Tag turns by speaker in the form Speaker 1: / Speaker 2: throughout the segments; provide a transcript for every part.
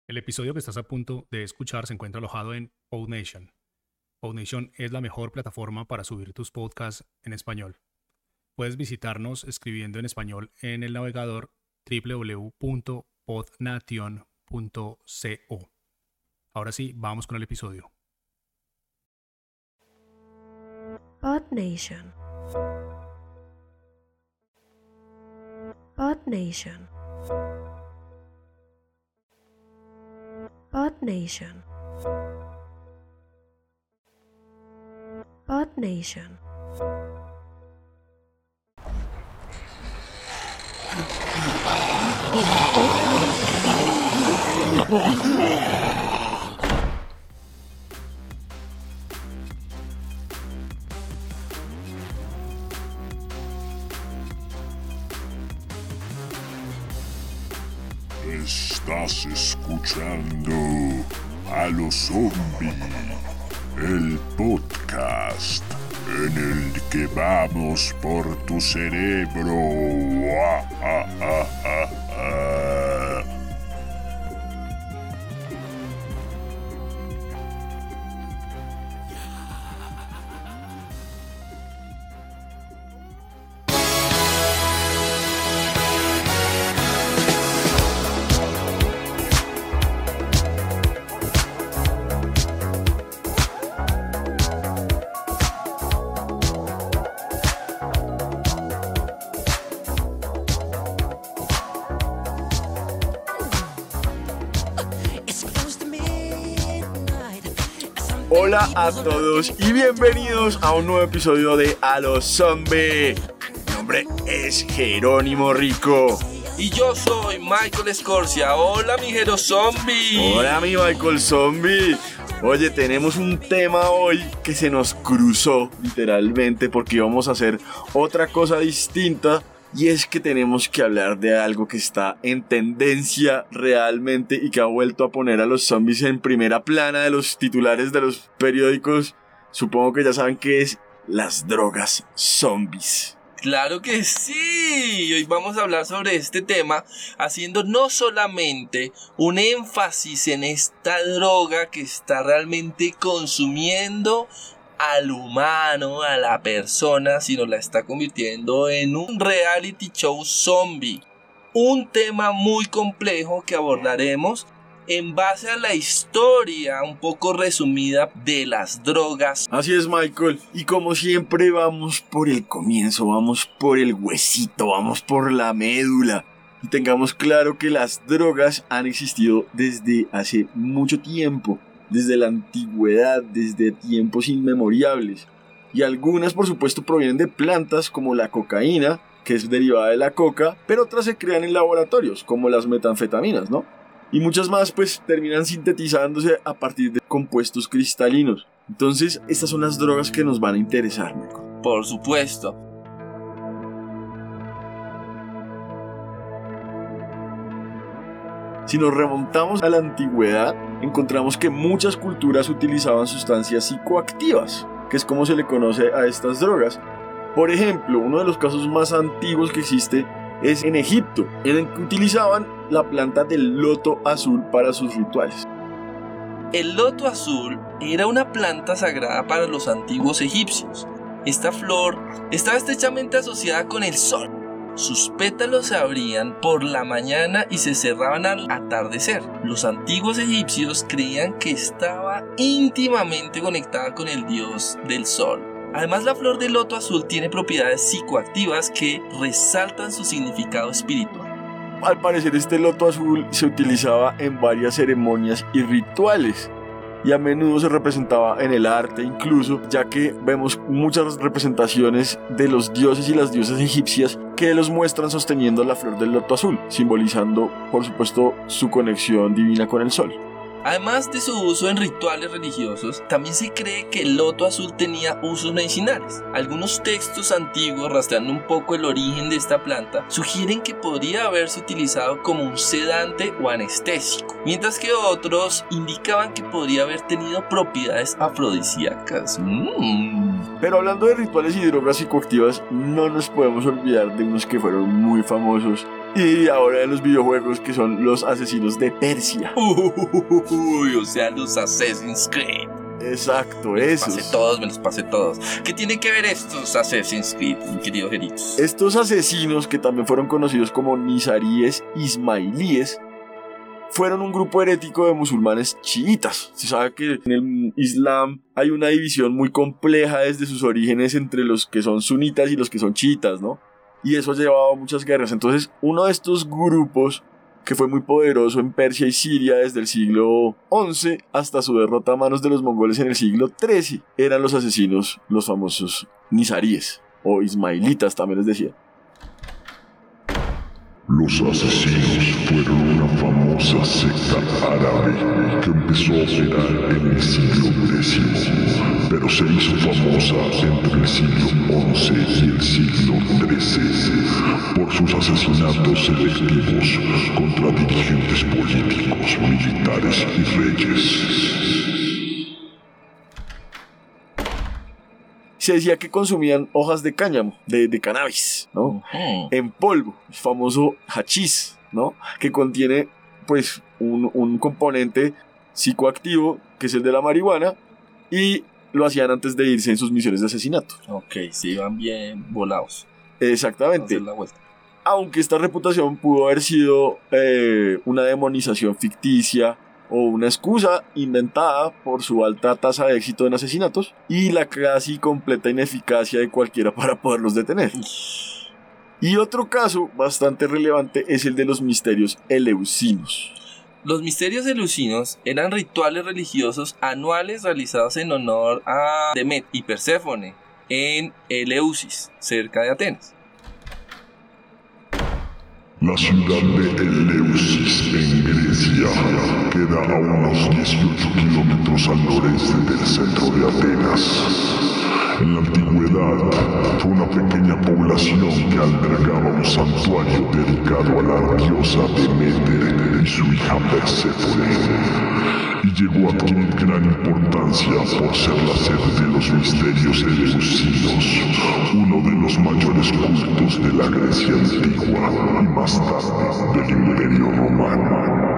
Speaker 1: El episodio que estás a punto de escuchar se encuentra alojado en PodNation. PodNation es la mejor plataforma para subir tus podcasts en español. Puedes visitarnos escribiendo en español en el navegador www.podnation.co. Ahora sí, vamos con el episodio.
Speaker 2: PodNation. PodNation. PodNation. PodNation.
Speaker 3: Estás escuchando a los zombies, el podcast en el que vamos por tu cerebro.
Speaker 4: Hola a todos y bienvenidos a un nuevo episodio de A los Zombies. Mi nombre es Jerónimo Rico.
Speaker 5: Y yo soy Michael Scorsia. Hola, mi Jero Zombie.
Speaker 4: Hola, mi Michael Zombie. Oye, tenemos un tema hoy que se nos cruzó literalmente porque íbamos a hacer otra cosa distinta. Y es que tenemos que hablar de algo que está en tendencia realmente y que ha vuelto a poner a los zombies en primera plana de los titulares de los periódicos. Supongo que ya saben qué es las drogas zombies.
Speaker 5: Claro que sí. Hoy vamos a hablar sobre este tema, haciendo no solamente un énfasis en esta droga que está realmente consumiendo al humano, a la persona, sino la está convirtiendo en un reality show zombie. Un tema muy complejo que abordaremos en base a la historia un poco resumida de las drogas.
Speaker 4: Así es, Michael, y como siempre vamos por el comienzo, vamos por el huesito, vamos por la médula. Y tengamos claro que las drogas han existido desde hace mucho tiempo. Desde la antigüedad, desde tiempos inmemoriales. Y algunas, por supuesto, provienen de plantas como la cocaína, que es derivada de la coca, pero otras se crean en laboratorios, como las metanfetaminas, ¿no? Y muchas más, pues, terminan sintetizándose a partir de compuestos cristalinos. Entonces, estas son las drogas que nos van a interesar, Michael.
Speaker 5: Por supuesto.
Speaker 4: Si nos remontamos a la antigüedad, encontramos que muchas culturas utilizaban sustancias psicoactivas, que es como se le conoce a estas drogas. Por ejemplo, uno de los casos más antiguos que existe es en Egipto, en el que utilizaban la planta del loto azul para sus rituales.
Speaker 5: El loto azul era una planta sagrada para los antiguos egipcios. Esta flor estaba estrechamente asociada con el sol. Sus pétalos se abrían por la mañana y se cerraban al atardecer. Los antiguos egipcios creían que estaba íntimamente conectada con el dios del sol. Además, la flor del loto azul tiene propiedades psicoactivas que resaltan su significado espiritual.
Speaker 4: Al parecer, este loto azul se utilizaba en varias ceremonias y rituales. Y a menudo se representaba en el arte incluso, ya que vemos muchas representaciones de los dioses y las diosas egipcias que los muestran sosteniendo la flor del loto azul, simbolizando, por supuesto, su conexión divina con el sol.
Speaker 5: Además de su uso en rituales religiosos, también se cree que el loto azul tenía usos medicinales. Algunos textos antiguos, rastreando un poco el origen de esta planta, sugieren que podría haberse utilizado como un sedante o anestésico, mientras que otros indicaban que podría haber tenido propiedades afrodisíacas.
Speaker 4: Pero hablando de rituales y drogas psicoactivas, no nos podemos olvidar de unos que fueron muy famosos Y ahora en los videojuegos, que son los asesinos de Persia.
Speaker 5: Uy, o sea, los Assassin's Creed.
Speaker 4: Exacto,
Speaker 5: Me
Speaker 4: esos.
Speaker 5: me los pasé todos. ¿Qué tienen que ver estos Assassin's Creed, mi querido Geritos?
Speaker 4: Estos asesinos, que también fueron conocidos como nizaríes ismailíes, fueron un grupo herético de musulmanes chiitas. Se sabe que en el Islam hay una división muy compleja desde sus orígenes entre los que son sunitas y los que son chiitas, ¿no? Y eso ha llevado a muchas guerras. Entonces, uno de estos grupos, que fue muy poderoso en Persia y Siria desde el siglo XI hasta su derrota a manos de los mongoles en el siglo XIII, eran los asesinos, los famosos nizaríes, o ismailitas también les decía.
Speaker 3: Los asesinos fueron una famosa secta árabe que empezó a operar en el siglo X, pero se hizo famosa entre el siglo XI y el siglo XIII por sus asesinatos selectivos contra dirigentes políticos, militares y reyes.
Speaker 4: Se decía que consumían hojas de cáñamo, de cannabis, ¿no? En polvo, el famoso hachís, ¿no? Que contiene, pues, un componente psicoactivo, que es el de la marihuana, y lo hacían antes de irse en sus misiones de asesinato.
Speaker 5: Ok, se iban bien volados.
Speaker 4: Exactamente.
Speaker 5: Hacer la vuelta.
Speaker 4: Aunque esta reputación pudo haber sido una demonización ficticia o una excusa inventada por su alta tasa de éxito en asesinatos y la casi completa ineficacia de cualquiera para poderlos detener. Y otro caso bastante relevante es el de los misterios eleusinos.
Speaker 5: Los misterios eleusinos eran rituales religiosos anuales realizados en honor a Demet y Perséfone en Eleusis, cerca de Atenas.
Speaker 3: La ciudad de Eleusis, en Grecia, queda a unos 18 kilómetros al noreste del centro de Atenas. En la antigüedad, fue una pequeña población que albergaba un santuario dedicado a la diosa Deméter y su hija Perséfone, y llegó a adquirir gran importancia por ser la sede de los misterios eleusinos, uno de los mayores cultos de la Grecia antigua y más tarde del Imperio Romano.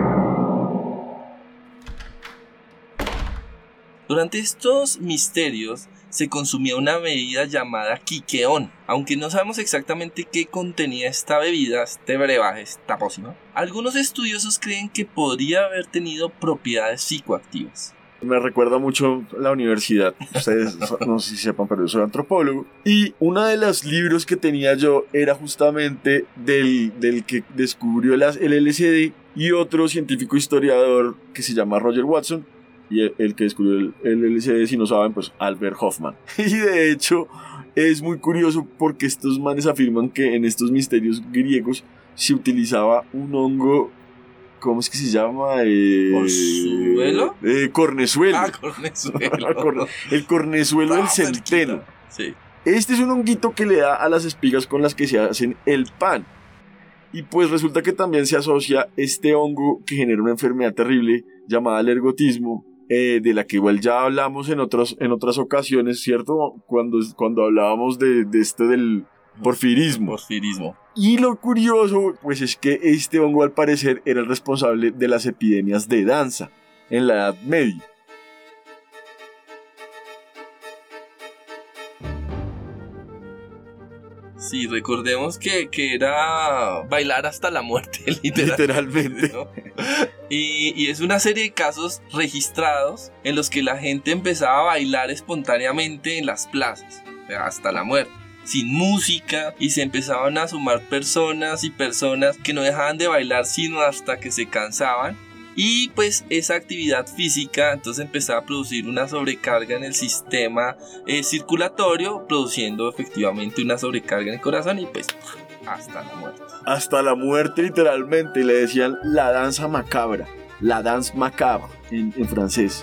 Speaker 5: Durante estos misterios se consumía una bebida llamada quiqueón. Aunque no sabemos exactamente qué contenía esta bebida, este brebaje, esta pócima, algunos estudiosos creen que podría haber tenido propiedades psicoactivas.
Speaker 4: Me recuerda mucho la universidad. Ustedes no sé si sepan, pero yo soy antropólogo. Y uno de los libros que tenía yo era justamente del que descubrió el LSD, y otro científico historiador que se llama Roger Watson. Y el que descubrió el LSD, si no saben, pues Albert Hoffman. Y de hecho es muy curioso porque estos manes afirman que en estos misterios griegos se utilizaba un hongo, ¿cómo es que se llama?
Speaker 5: ¿Cornezuelo?
Speaker 4: Cornezuelo.
Speaker 5: Ah, cornezuelo.
Speaker 4: El cornezuelo del centeno.
Speaker 5: Sí.
Speaker 4: Este es un honguito que le da a las espigas con las que se hacen el pan. Y pues resulta que también se asocia este hongo que genera una enfermedad terrible llamada el ergotismo, de la que igual ya hablamos en otras ocasiones, ¿cierto? Cuando hablábamos de este del porfirismo. Y lo curioso, pues, es que este hongo al parecer era el responsable de las epidemias de danza en la Edad Media.
Speaker 5: Sí, recordemos que era bailar hasta la muerte, literalmente. ¿No? Y es una serie de casos registrados en los que la gente empezaba a bailar espontáneamente en las plazas, hasta la muerte, sin música, y se empezaban a sumar personas y personas que no dejaban de bailar sino hasta que se cansaban. Y pues esa actividad física entonces empezaba a producir una sobrecarga en el sistema circulatorio, produciendo efectivamente una sobrecarga en el corazón y pues hasta la muerte.
Speaker 4: Hasta la muerte, literalmente. Le decían la danza macabra, la danse macabre en francés.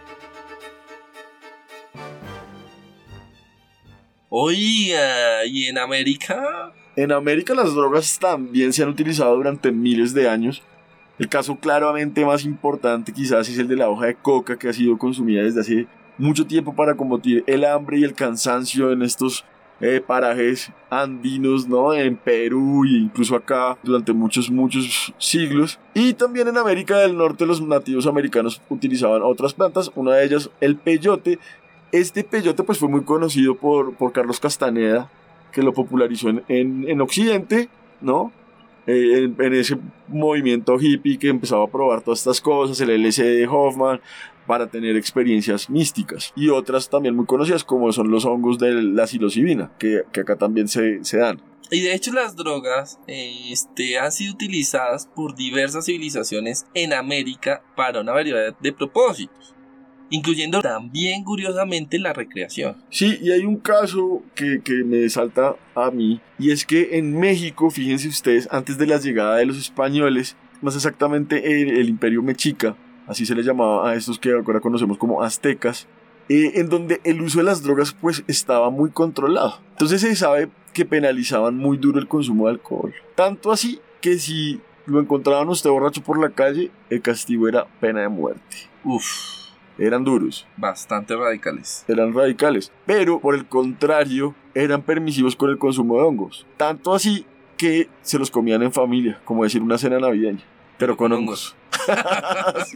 Speaker 5: Oiga, ¿y en América?
Speaker 4: En América las drogas también se han utilizado durante miles de años. El caso claramente más importante quizás es el de la hoja de coca, que ha sido consumida desde hace mucho tiempo para combatir el hambre y el cansancio en estos parajes andinos, ¿no? En Perú e incluso acá durante muchos siglos. Y también en América del Norte los nativos americanos utilizaban otras plantas, una de ellas el peyote. Este peyote pues fue muy conocido por Carlos Castaneda, que lo popularizó en Occidente, ¿no? En ese movimiento hippie que empezaba a probar todas estas cosas, el LSD de Hoffman, para tener experiencias místicas. Y otras también muy conocidas como son los hongos de la psilocibina, que acá también se dan.
Speaker 5: Y de hecho las drogas han sido utilizadas por diversas civilizaciones en América para una variedad de propósitos, incluyendo también curiosamente la recreación.
Speaker 4: Sí, y hay un caso que me salta a mí, y es que en México, fíjense ustedes, antes de la llegada de los españoles, más exactamente el Imperio Mexica, así se le llamaba a estos que ahora conocemos como aztecas, en donde el uso de las drogas pues estaba muy controlado. Entonces se sabe que penalizaban muy duro el consumo de alcohol. Tanto así que si lo encontraban usted borracho por la calle, el castigo era pena de muerte.
Speaker 5: Uf.
Speaker 4: Eran duros.
Speaker 5: Bastante radicales.
Speaker 4: Eran radicales. Pero, por el contrario, eran permisivos con el consumo de hongos. Tanto así que se los comían en familia, como decir una cena navideña. Pero con hongos. Sí.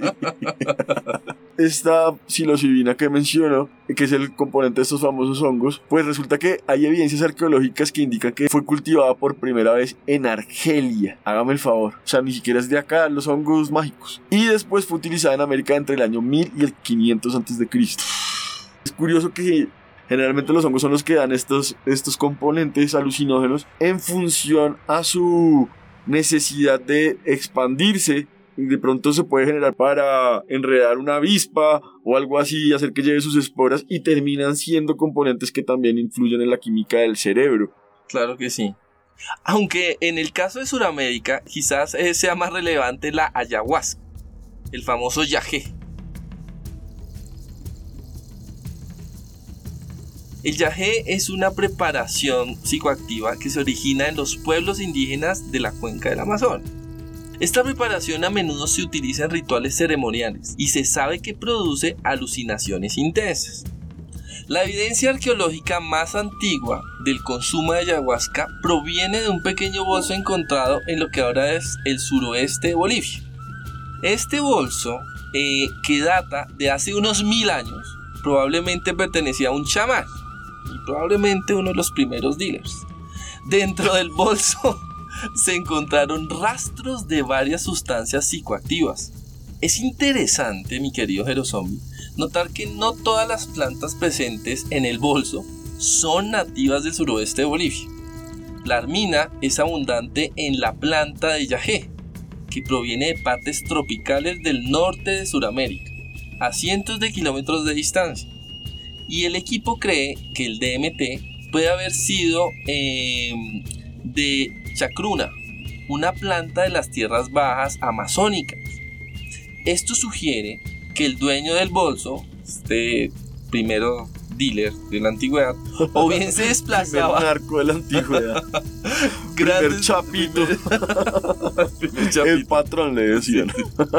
Speaker 4: Esta psilocibina que menciono, que es el componente de estos famosos hongos, pues resulta que hay evidencias arqueológicas que indican que fue cultivada por primera vez en Argelia. Hágame el favor. O sea, ni siquiera es de acá los hongos mágicos. Y después fue utilizada en América entre el año 1000 y el 500 a.C. Es curioso que generalmente los hongos son los que dan estos componentes alucinógenos en función a su necesidad de expandirse. Y de pronto se puede generar para enredar una avispa o algo así, hacer que lleve sus esporas, y terminan siendo componentes que también influyen en la química del cerebro.
Speaker 5: Claro que sí. Aunque en el caso de Sudamérica quizás sea más relevante la ayahuasca, el famoso yagé. El yagé es una preparación psicoactiva que se origina en los pueblos indígenas de la cuenca del Amazonas. Esta preparación a menudo se utiliza en rituales ceremoniales y se sabe que produce alucinaciones intensas. La evidencia arqueológica más antigua del consumo de ayahuasca proviene de un pequeño bolso encontrado en lo que ahora es el suroeste de Bolivia. Este bolso, que data de hace unos 1000 años, probablemente pertenecía a un chamán y probablemente uno de los primeros dealers. Dentro del bolso se encontraron rastros de varias sustancias psicoactivas. Es interesante, mi querido Jerozombie, notar que no todas las plantas presentes en el bolso son nativas del suroeste de Bolivia. La armina es abundante en la planta de yagé, que proviene de partes tropicales del norte de Sudamérica, a cientos de kilómetros de distancia. Y el equipo cree que el DMT puede haber sido de chacruna, una planta de las tierras bajas amazónicas. Esto sugiere que el dueño del bolso, este primero dealer de la antigüedad, o bien se desplazaba.
Speaker 4: El narco de la antigüedad. Primer chapito. El patrón le decían.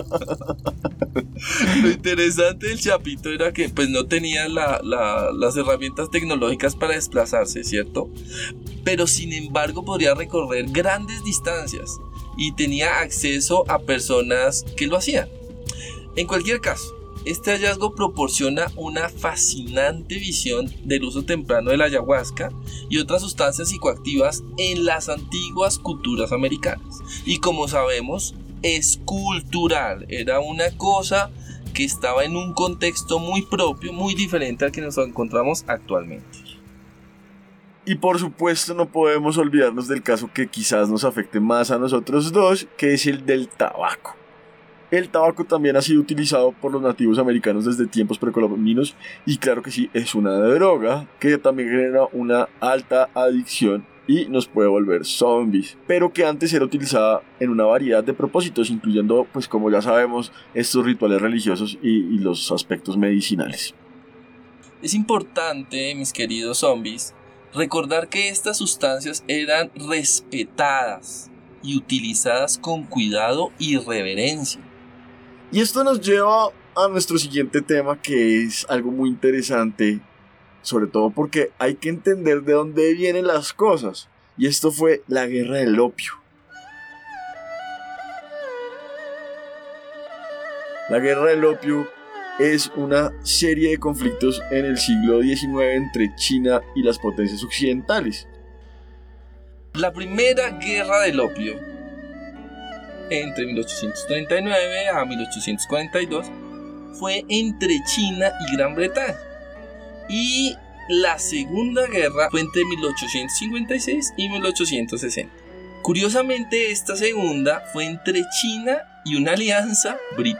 Speaker 5: Lo interesante del chapito era que pues no tenía las herramientas tecnológicas para desplazarse, ¿cierto? Pero sin embargo podría recorrer grandes distancias y tenía acceso a personas que lo hacían. En cualquier caso, este hallazgo proporciona una fascinante visión del uso temprano de la ayahuasca y otras sustancias psicoactivas en las antiguas culturas americanas. Y como sabemos, es cultural, era una cosa que estaba en un contexto muy propio, muy diferente al que nos encontramos actualmente.
Speaker 4: Y por supuesto no podemos olvidarnos del caso que quizás nos afecte más a nosotros dos, que es el del tabaco. El tabaco también ha sido utilizado por los nativos americanos desde tiempos precolombinos, y claro que sí, es una droga que también genera una alta adicción y nos puede volver zombies, pero que antes era utilizada en una variedad de propósitos, incluyendo, pues como ya sabemos, estos rituales religiosos y los aspectos medicinales.
Speaker 5: Es importante, mis queridos zombies, recordar que estas sustancias eran respetadas y utilizadas con cuidado y reverencia.
Speaker 4: Y esto nos lleva a nuestro siguiente tema, que es algo muy interesante, sobre todo porque hay que entender de dónde vienen las cosas. Y esto fue la guerra del opio. La guerra del opio es una serie de conflictos en el siglo XIX entre China y las potencias occidentales.
Speaker 5: La primera guerra del opio, entre 1839 a 1842, fue entre China y Gran Bretaña. Y la segunda guerra fue entre 1856 y 1860. Curiosamente, esta segunda fue entre China y una alianza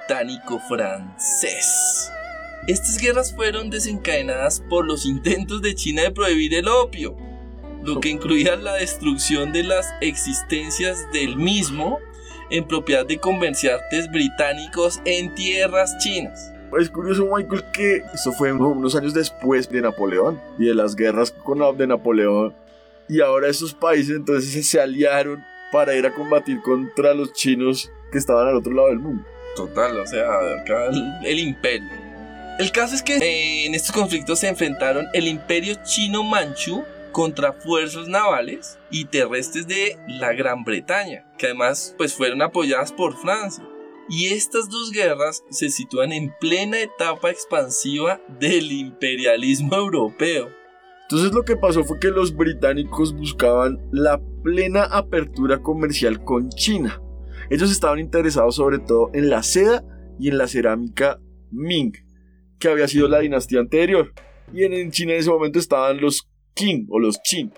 Speaker 5: británico-francés. Estas guerras fueron desencadenadas por los intentos de China de prohibir el opio, lo que incluía la destrucción de las existencias del mismo en propiedad de comerciantes británicos en tierras chinas.
Speaker 4: Es curioso, Michael, que esto fue unos años después de Napoleón y de las guerras de Napoleón, y ahora estos países entonces se aliaron para ir a combatir contra los chinos que estaban al otro lado del mundo.
Speaker 5: Total, o sea, acá el imperio. El caso es que en estos conflictos se enfrentaron el imperio chino-manchú contra fuerzas navales y terrestres de la Gran Bretaña, que además pues fueron apoyadas por Francia. Y estas dos guerras se sitúan en plena etapa expansiva del imperialismo europeo.
Speaker 4: Entonces lo que pasó fue que los británicos buscaban la plena apertura comercial con China. Ellos estaban interesados sobre todo en la seda y en la cerámica Ming, que había sido la dinastía anterior. Y en China en ese momento estaban los Qing o los Qin.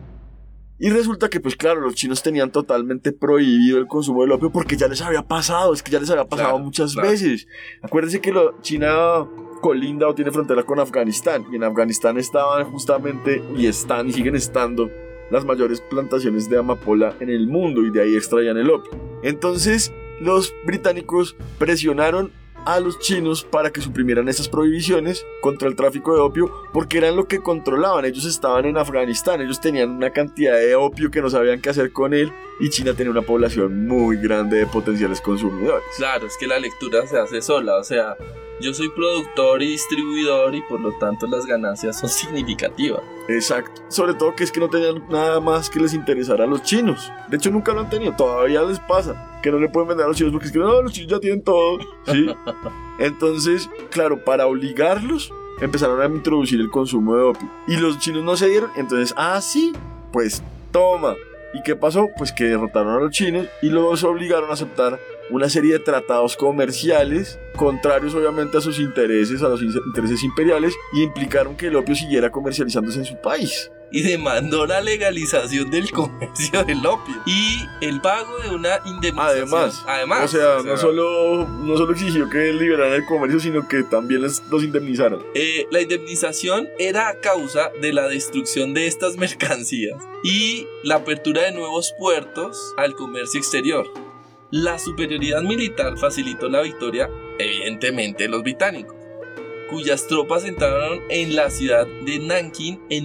Speaker 4: Y resulta que, pues claro, los chinos tenían totalmente prohibido el consumo del opio porque ya les había pasado, muchas veces. Acuérdense que China colinda o tiene frontera con Afganistán, y en Afganistán estaban justamente, y siguen estando, las mayores plantaciones de amapola en el mundo, y de ahí extraían el opio. Entonces, los británicos presionaron a los chinos para que suprimieran esas prohibiciones contra el tráfico de opio, porque eran lo que controlaban. Ellos estaban en Afganistán, ellos tenían una cantidad de opio que no sabían qué hacer con él, y China tenía una población muy grande de potenciales consumidores.
Speaker 5: Claro, es que la lectura se hace sola, o sea, yo soy productor y distribuidor y por lo tanto las ganancias son significativas.
Speaker 4: Exacto, sobre todo que es que no tenían nada más que les interesara a los chinos. De hecho nunca lo han tenido, todavía les pasa que no le pueden vender a los chinos porque es que no, los chinos ya tienen todo, ¿sí? Entonces, claro, para obligarlos empezaron a introducir el consumo de opio y los chinos no se dieron. Entonces, sí, pues toma. ¿Y qué pasó? Pues que derrotaron a los chinos y los obligaron a aceptar una serie de tratados comerciales contrarios obviamente a sus intereses, a los intereses imperiales, y implicaron que el opio siguiera comercializándose en su país.
Speaker 5: Y demandó la legalización del comercio del opio y el pago de una indemnización. Además,
Speaker 4: o sea, no solo exigió que liberaran el comercio, sino que también los indemnizaron.
Speaker 5: La indemnización era a causa de la destrucción de estas mercancías y la apertura de nuevos puertos al comercio exterior. La superioridad militar facilitó la victoria, evidentemente, de los británicos, cuyas tropas entraron en la ciudad de Nankín en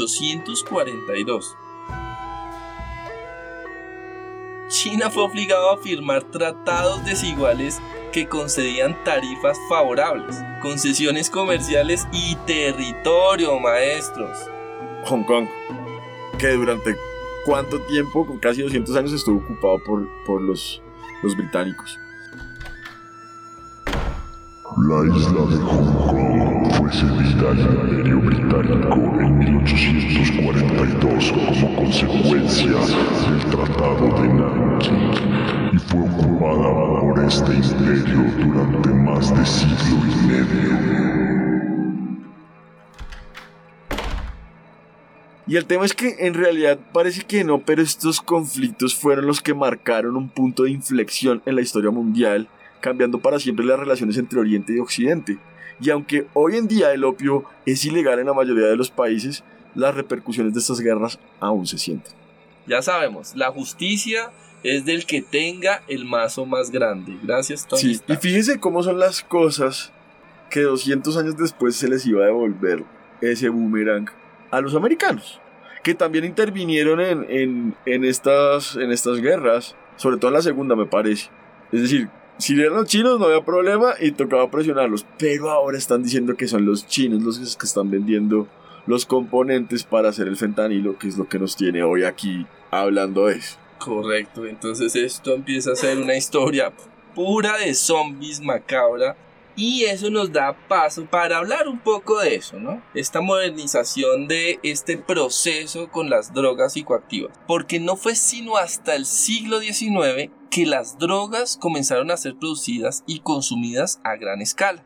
Speaker 5: 1842. China fue obligado a firmar tratados desiguales que concedían tarifas favorables, concesiones comerciales y territorio, maestros.
Speaker 4: Hong Kong, que durante ¿cuánto tiempo? Con casi 200 años estuvo ocupado por los británicos.
Speaker 3: La isla de Hong Kong fue cedida al Imperio Británico en 1842 como consecuencia del Tratado de Nankín y fue ocupada por este imperio durante más de siglo y medio.
Speaker 4: Y el tema es que en realidad parece que no, pero estos conflictos fueron los que marcaron un punto de inflexión en la historia mundial, cambiando para siempre las relaciones entre Oriente y Occidente. Y aunque hoy en día el opio es ilegal en la mayoría de los países, las repercusiones de estas guerras aún se sienten.
Speaker 5: Ya sabemos, la justicia es del que tenga el mazo más grande. Gracias, Tony.
Speaker 4: Sí, y fíjense cómo son las cosas que 200 años después se les iba a devolver ese boomerang a los americanos, que también intervinieron en estas guerras, sobre todo en la segunda, me parece. Es decir, si eran los chinos no había problema y tocaba presionarlos, pero ahora están diciendo que son los chinos los que están vendiendo los componentes para hacer el fentanilo, que es lo que nos tiene hoy aquí hablando de eso.
Speaker 5: Correcto, entonces esto empieza a ser una historia pura de zombies macabra. Y eso nos da paso para hablar un poco de eso, ¿no? Esta modernización de este proceso con las drogas psicoactivas. Porque no fue sino hasta el siglo XIX que las drogas comenzaron a ser producidas y consumidas a gran escala.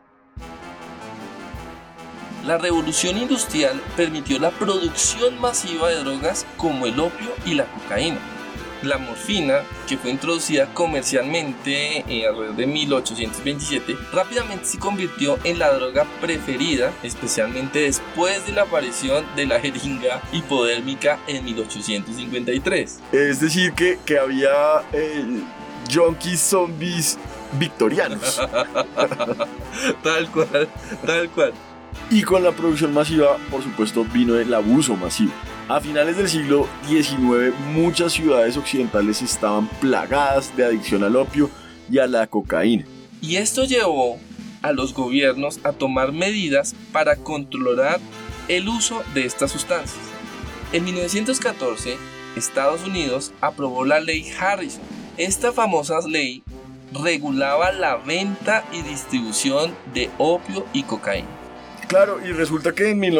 Speaker 5: La revolución industrial permitió la producción masiva de drogas como el opio y la cocaína. La morfina, que fue introducida comercialmente alrededor de 1827, rápidamente se convirtió en la droga preferida, especialmente después de la aparición de la jeringa hipodérmica en 1853.
Speaker 4: Es decir, que había junkies zombies victorianos.
Speaker 5: Tal cual, tal cual.
Speaker 4: Y con la producción masiva, por supuesto, vino el abuso masivo. A finales del siglo XIX, muchas ciudades occidentales estaban plagadas de adicción al opio y a la cocaína.
Speaker 5: Y esto llevó a los gobiernos a tomar medidas para controlar el uso de estas sustancias. En 1914, Estados Unidos aprobó la ley Harrison. Esta famosa ley regulaba la venta y distribución de opio y cocaína.
Speaker 4: Claro, y resulta que en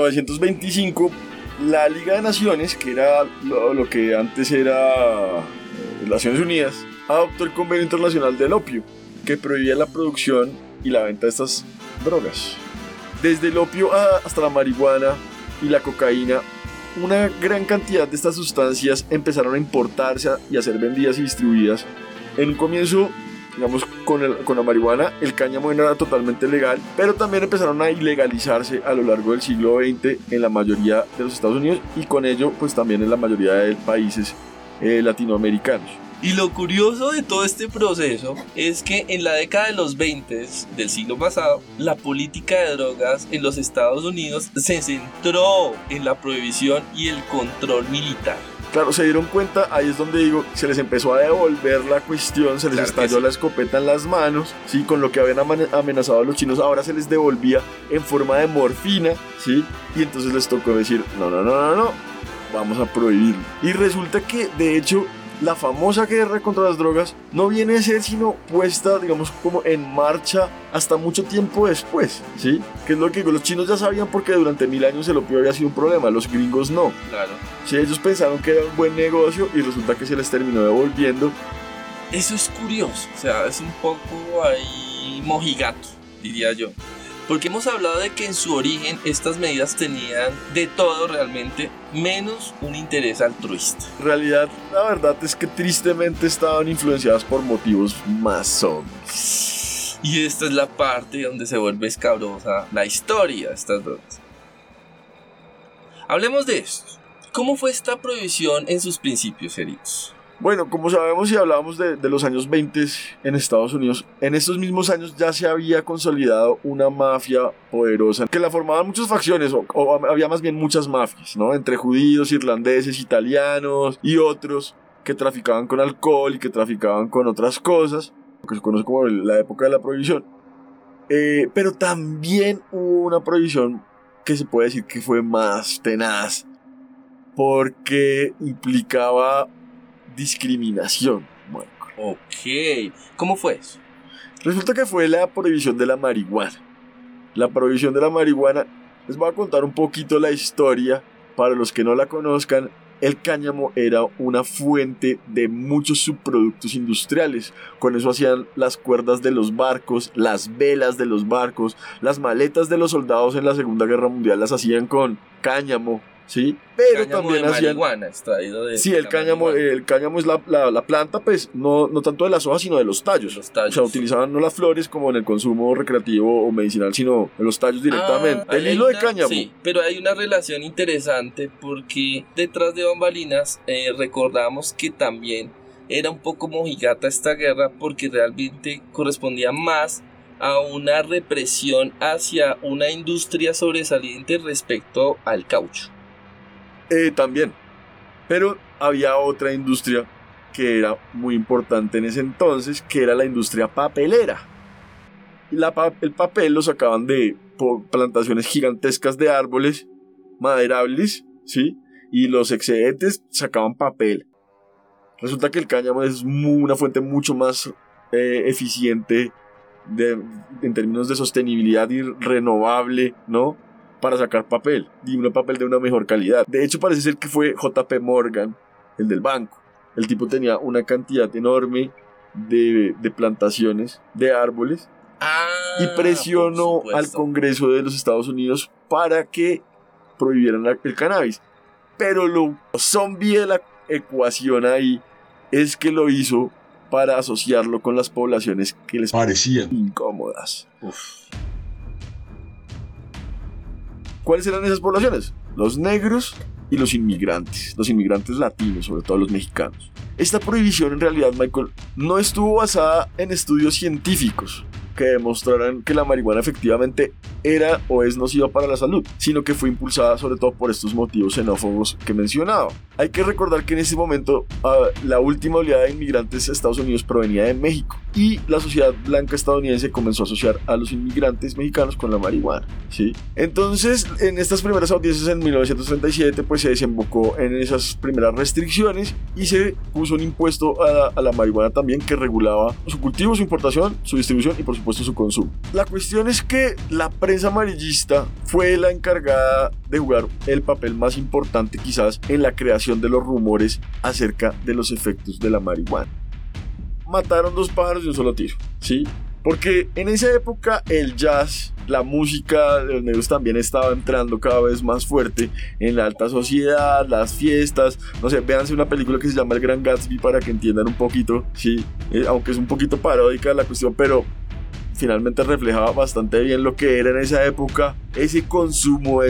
Speaker 4: 1925 la Liga de Naciones, que era lo que antes era Naciones Unidas, adoptó el Convenio Internacional del Opio, que prohibía la producción y la venta de estas drogas. Desde el opio hasta la marihuana y la cocaína, una gran cantidad de estas sustancias empezaron a importarse y a ser vendidas y distribuidas. En un comienzo, digamos, con la marihuana, el cáñamo era totalmente legal, pero también empezaron a ilegalizarse a lo largo del siglo XX en la mayoría de los Estados Unidos y con ello, pues también en la mayoría de países latinoamericanos.
Speaker 5: Y lo curioso de todo este proceso es que en la década de los 20 del siglo pasado, la política de drogas en los Estados Unidos se centró en la prohibición y el control militar.
Speaker 4: Claro, se dieron cuenta, ahí es donde digo, se les empezó a devolver la cuestión, se les estalló la escopeta en las manos, ¿sí? Con lo que habían amenazado a los chinos, ahora se les devolvía en forma de morfina, ¿sí? Y entonces les tocó decir, no, vamos a prohibirlo. Y resulta que, de hecho, la famosa guerra contra las drogas no viene a ser sino puesta, digamos, como en marcha hasta mucho tiempo después, ¿sí? Que es lo que digo, los chinos ya sabían porque durante 1000 años el opio había sido un problema, los gringos no.
Speaker 5: Claro.
Speaker 4: Sí, ellos pensaron que era un buen negocio y resulta que se les terminó devolviendo.
Speaker 5: Eso es curioso, o sea, es un poco ahí mojigato, diría yo. Porque hemos hablado de que en su origen estas medidas tenían de todo realmente, menos un interés altruista.
Speaker 4: En realidad, la verdad es que tristemente estaban influenciadas por motivos masónicos.
Speaker 5: Y esta es la parte donde se vuelve escabrosa la historia de estas drogas. Hablemos de esto. ¿Cómo fue esta prohibición en sus principios, Eric?
Speaker 4: Bueno, como sabemos y hablábamos de los años 20 en Estados Unidos, en estos mismos años ya se había consolidado una mafia poderosa que la formaban muchas facciones, o había más bien muchas mafias, ¿no? Entre judíos, irlandeses, italianos y otros que traficaban con alcohol y que traficaban con otras cosas, lo que se conoce como la época de la prohibición. Pero también hubo una prohibición que se puede decir que fue más tenaz, porque implicaba discriminación. Bueno,
Speaker 5: ok, ¿cómo fue eso?
Speaker 4: Resulta que fue la prohibición de la marihuana. La prohibición de la marihuana, les voy a contar un poquito la historia para los que no la conozcan. El cáñamo era una fuente de muchos subproductos industriales. Con eso hacían las cuerdas de los barcos, las velas de los barcos, las maletas de los soldados en la Segunda Guerra Mundial las hacían con cáñamo, ¿sí? Pero
Speaker 5: cáñamo
Speaker 4: también
Speaker 5: de
Speaker 4: hacían
Speaker 5: marihuana extraído de...
Speaker 4: Sí, el cáñamo es la planta, pues, no tanto de las hojas, sino de los tallos.
Speaker 5: Los tallos.
Speaker 4: O sea, utilizaban no las flores como en el consumo recreativo o medicinal, sino en los tallos directamente. El hilo de cáñamo.
Speaker 5: Sí, pero hay una relación interesante porque detrás de bambalinas recordamos que también era un poco mojigata esta guerra porque realmente correspondía más a una represión hacia una industria sobresaliente respecto al caucho.
Speaker 4: También. Pero había otra industria que era muy importante en ese entonces, que era la industria papelera. El papel lo sacaban de plantaciones gigantescas de árboles maderables, ¿sí? Y los excedentes sacaban papel. Resulta que el cáñamo es una fuente mucho más eficiente en términos de sostenibilidad y renovable, ¿no? Para sacar papel, y un papel de una mejor calidad. De hecho, parece ser que fue JP Morgan, el del banco. El tipo tenía una cantidad enorme de plantaciones de árboles y presionó al Congreso de los Estados Unidos para que prohibieran el cannabis. Pero lo zombie de la ecuación ahí es que lo hizo para asociarlo con las poblaciones que les parecían incómodas. ¿Cuáles eran esas poblaciones? Los negros y los inmigrantes latinos, sobre todo los mexicanos. Esta prohibición en realidad, Michael, no estuvo basada en estudios científicos que demostraran que la marihuana efectivamente era o es nociva para la salud, sino que fue impulsada sobre todo por estos motivos xenófobos que mencionaba. Hay que recordar que en ese momento la última oleada de inmigrantes a Estados Unidos provenía de México y la sociedad blanca estadounidense comenzó a asociar a los inmigrantes mexicanos con la marihuana, ¿sí? Entonces, en estas primeras audiencias en 1937, pues se desembocó en esas primeras restricciones y se puso un impuesto a la marihuana también que regulaba su cultivo, su importación, su distribución y por supuesto su consumo. La cuestión es que la prensa amarillista fue la encargada de jugar el papel más importante quizás en la creación de los rumores acerca de los efectos de la marihuana. Mataron dos pájaros de un solo tiro, ¿sí? Porque en esa época el jazz, la música de los negros también estaba entrando cada vez más fuerte en la alta sociedad, las fiestas, no sé, véanse una película que se llama El Gran Gatsby para que entiendan un poquito, ¿sí? Aunque es un poquito paródica la cuestión, pero finalmente reflejaba bastante bien lo que era en esa época ese consumo,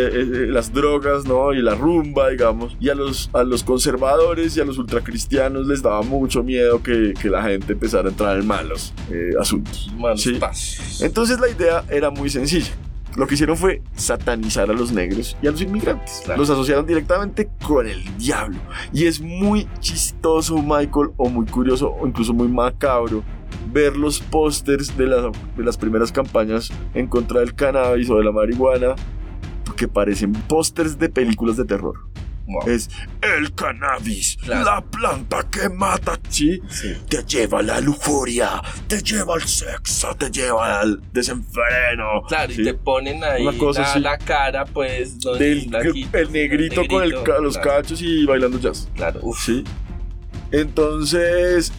Speaker 4: las drogas, ¿no? Y la rumba, digamos. Y a los conservadores y a los ultracristianos les daba mucho miedo que la gente empezara a entrar en malos asuntos. ¿Sí? Entonces la idea era muy sencilla. Lo que hicieron fue satanizar a los negros y a los inmigrantes. Claro. Los asociaron directamente con el diablo. Y es muy chistoso, Michael, o muy curioso, o incluso muy macabro, ver los pósters de las primeras campañas en contra del cannabis o de la marihuana, que parecen pósters de películas de terror. Wow. Es el cannabis, claro, la planta que mata, ¿sí? Sí. Te lleva a la lujuria, te lleva al sexo, te lleva al desenfreno.
Speaker 5: Claro, ¿sí? Y te ponen ahí la cara, pues,
Speaker 4: el negrito con los cachos y bailando jazz.
Speaker 5: Claro,
Speaker 4: ¿sí? Entonces,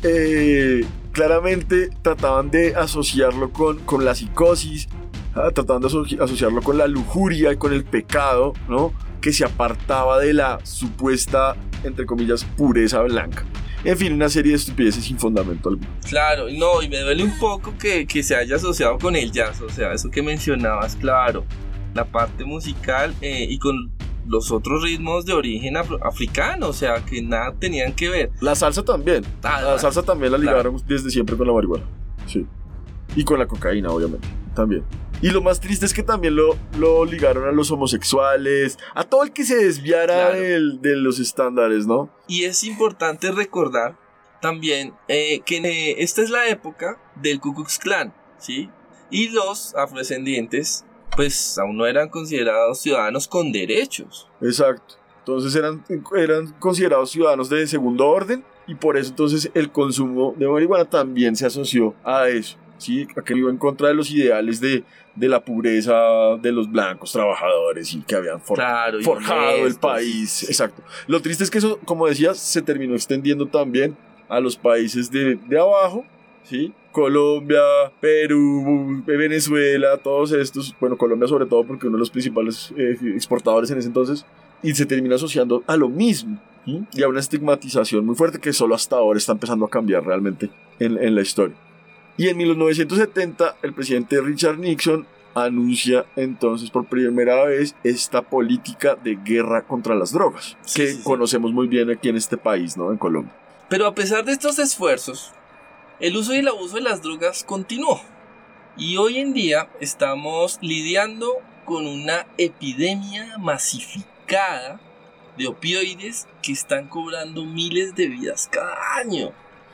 Speaker 4: claramente trataban de asociarlo con la psicosis, trataban de asociarlo con la lujuria y con el pecado, ¿no? Que se apartaba de la supuesta, entre comillas, pureza blanca. En fin, una serie de estupideces sin fundamento alguno.
Speaker 5: Claro, no, y me duele un poco que se haya asociado con el jazz, o sea, eso que mencionabas, claro, la parte musical y con los otros ritmos de origen africano, o sea, que nada tenían que ver.
Speaker 4: La salsa también, la salsa también la ligaron desde siempre con la marihuana, sí. Y con la cocaína, obviamente, también. Y lo más triste es que también lo ligaron a los homosexuales, a todo el que se desviara, claro, de los estándares, ¿no?
Speaker 5: Y es importante recordar también que esta es la época del Ku Klux Klan, ¿sí? Y los afrodescendientes, pues, aún no eran considerados ciudadanos con derechos.
Speaker 4: Exacto. Entonces eran considerados ciudadanos de segundo orden y por eso entonces el consumo de marihuana también se asoció a eso. Sí, que iba en contra de los ideales de la pureza de los blancos trabajadores y que habían forjado el país. Exacto. Lo triste es que eso, como decías, se terminó extendiendo también a los países de abajo, ¿sí? Colombia, Perú, Venezuela, todos estos, bueno, Colombia sobre todo porque uno de los principales exportadores en ese entonces, y se termina asociando a lo mismo, ¿sí? Y a una estigmatización muy fuerte que solo hasta ahora está empezando a cambiar realmente en la historia. Y en 1970 el presidente Richard Nixon anuncia entonces por primera vez esta política de guerra contra las drogas, que conocemos muy bien aquí en este país, ¿no? En Colombia.
Speaker 5: Pero a pesar de estos esfuerzos, el uso y el abuso de las drogas continuó. Y hoy en día estamos lidiando con una epidemia masificada de opioides que están cobrando miles de vidas cada año.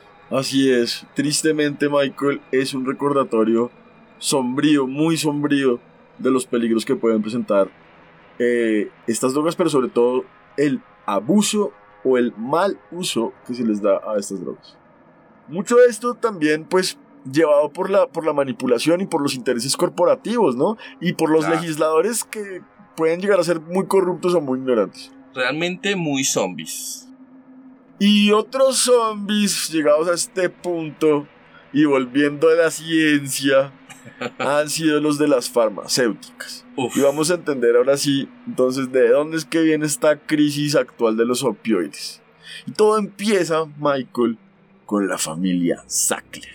Speaker 4: Así es, tristemente, Michael, es un recordatorio sombrío, muy sombrío, de los peligros que pueden presentar estas drogas, pero sobre todo el abuso o el mal uso que se les da a estas drogas. Mucho de esto también, pues, llevado por la manipulación y por los intereses corporativos, ¿no? Y por los legisladores que pueden llegar a ser muy corruptos o muy ignorantes.
Speaker 5: Realmente muy zombies.
Speaker 4: Y otros zombies llegados a este punto y volviendo a la ciencia han sido los de las farmacéuticas.
Speaker 5: Uf.
Speaker 4: Y vamos a entender ahora sí, entonces, de dónde es que viene esta crisis actual de los opioides. Y todo empieza, Michael, con la familia Sackler.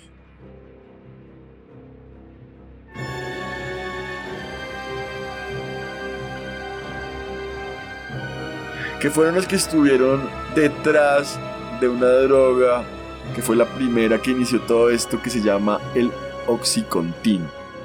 Speaker 4: Que fueron los que estuvieron detrás de una droga que fue la primera que inició todo esto, que se llama el Oxycontin.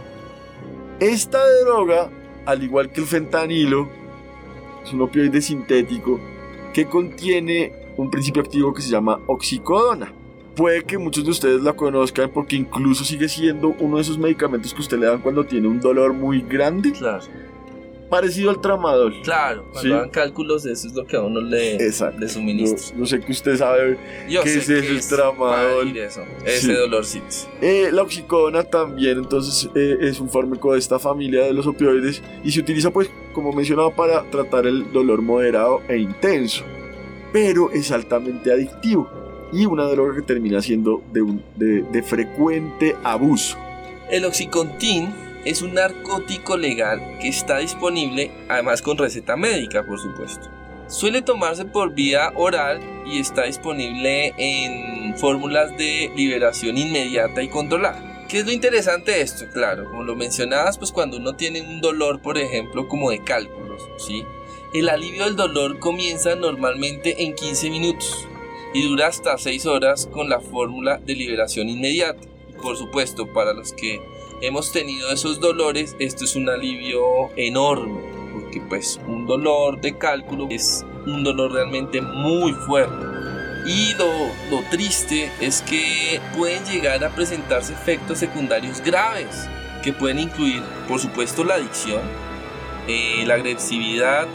Speaker 4: Esta droga, al igual que el fentanilo, es un opioide sintético que contiene un principio activo que se llama oxicodona. Puede que muchos de ustedes la conozcan porque incluso sigue siendo uno de esos medicamentos que usted le dan cuando tiene un dolor muy grande.
Speaker 5: Claro.
Speaker 4: Parecido al tramadol.
Speaker 5: Claro, cuando hagan cálculos, eso es lo que a uno le suministra.
Speaker 4: Yo sé que usted sabe qué es el tramadol.
Speaker 5: Ese dolorcito.
Speaker 4: La oxicodona también, entonces, es un fármaco de esta familia de los opioides y se utiliza, pues, como mencionaba, para tratar el dolor moderado e intenso. Pero es altamente adictivo y una droga que termina siendo de frecuente abuso.
Speaker 5: El Oxycontin es un narcótico legal que está disponible, además con receta médica, por supuesto. Suele tomarse por vía oral y está disponible en fórmulas de liberación inmediata y controlada. ¿Qué es lo interesante de esto? Claro, como lo mencionabas, pues cuando uno tiene un dolor, por ejemplo, como de cálculos, ¿sí? El alivio del dolor comienza normalmente en 15 minutos y dura hasta 6 horas con la fórmula de liberación inmediata. Por supuesto, para los que hemos tenido esos dolores, esto es un alivio enorme, porque pues un dolor de cálculo es un dolor realmente muy fuerte. Y lo triste es que pueden llegar a presentarse efectos secundarios graves, que pueden incluir, por supuesto, la adicción, la agresividad,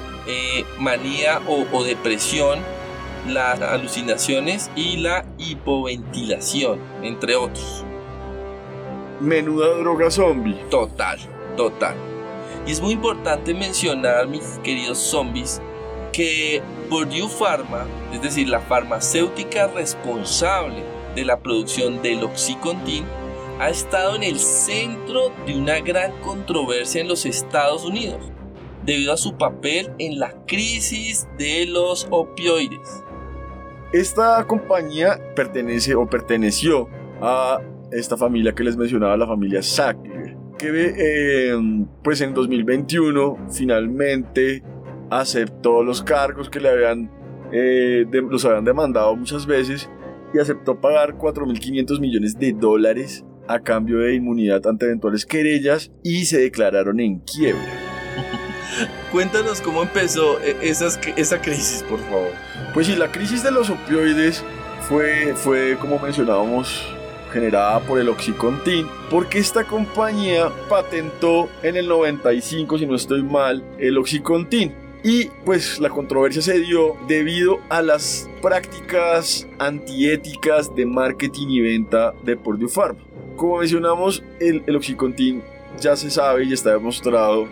Speaker 5: manía o depresión, las alucinaciones y la hipoventilación, entre otros.
Speaker 4: Menuda droga zombie.
Speaker 5: Total. Y es muy importante mencionar, mis queridos zombies, que Purdue Pharma, es decir, la farmacéutica responsable de la producción del Oxycontin, ha estado en el centro de una gran controversia en los Estados Unidos, debido a su papel en la crisis de los opioides.
Speaker 4: Esta compañía perteneció a esta familia que les mencionaba, la familia Sackler, que pues en 2021 finalmente aceptó los cargos que los habían demandado muchas veces y aceptó pagar $4.500 millones a cambio de inmunidad ante eventuales querellas y se declararon en quiebra.
Speaker 5: Cuéntanos cómo empezó esa crisis, por favor.
Speaker 4: Pues sí, la crisis de los opioides fue como mencionábamos, generada por el Oxycontin, porque esta compañía patentó en el 95, si no estoy mal, el Oxycontin. Y pues la controversia se dio debido a las prácticas antiéticas de marketing y venta de Purdue Pharma. Como mencionamos, el Oxycontin ya se sabe y está demostrado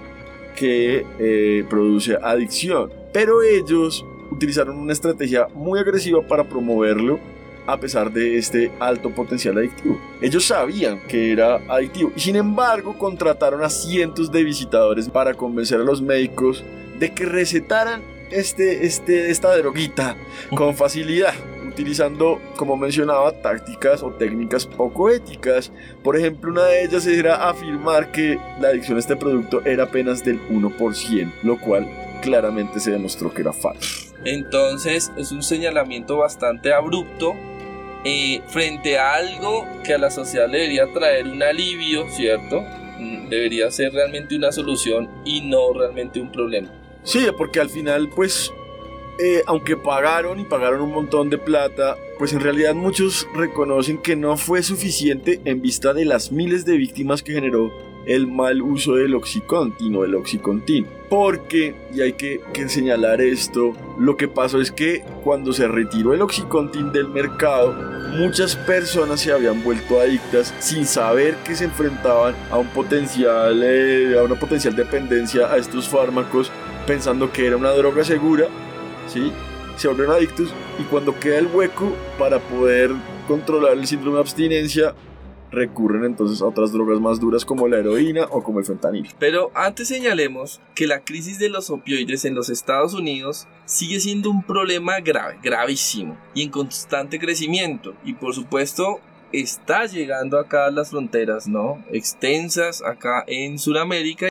Speaker 4: que produce adicción, pero ellos utilizaron una estrategia muy agresiva para promoverlo a pesar de este alto potencial adictivo. Ellos sabían que era adictivo y sin embargo contrataron a cientos de visitadores para convencer a los médicos de que recetaran esta droguita con facilidad, utilizando, como mencionaba, tácticas o técnicas poco éticas. Por ejemplo, una de ellas era afirmar que la adicción a este producto era apenas del 1%, lo cual claramente se demostró que era falso.
Speaker 5: Entonces es un señalamiento bastante abrupto frente a algo que a la sociedad le debería traer un alivio, ¿cierto? Debería ser realmente una solución y no realmente un problema.
Speaker 4: Sí, porque al final, pues, aunque pagaron un montón de plata, pues en realidad muchos reconocen que no fue suficiente en vista de las miles de víctimas que generó el mal uso del Oxycontin o del Oxycontin. Porque, y hay que señalar esto, lo que pasó es que cuando se retiró el Oxycontin del mercado, muchas personas se habían vuelto adictas sin saber que se enfrentaban a una potencial dependencia a estos fármacos, pensando que era una droga segura, ¿sí? Se volvieron adictos y cuando queda el hueco para poder controlar el síndrome de abstinencia, recurren entonces a otras drogas más duras como la heroína o como el fentanilo.
Speaker 5: Pero antes señalemos que la crisis de los opioides en los Estados Unidos sigue siendo un problema grave, gravísimo y en constante crecimiento, y por supuesto está llegando acá a las fronteras, ¿no?, extensas acá en Sudamérica.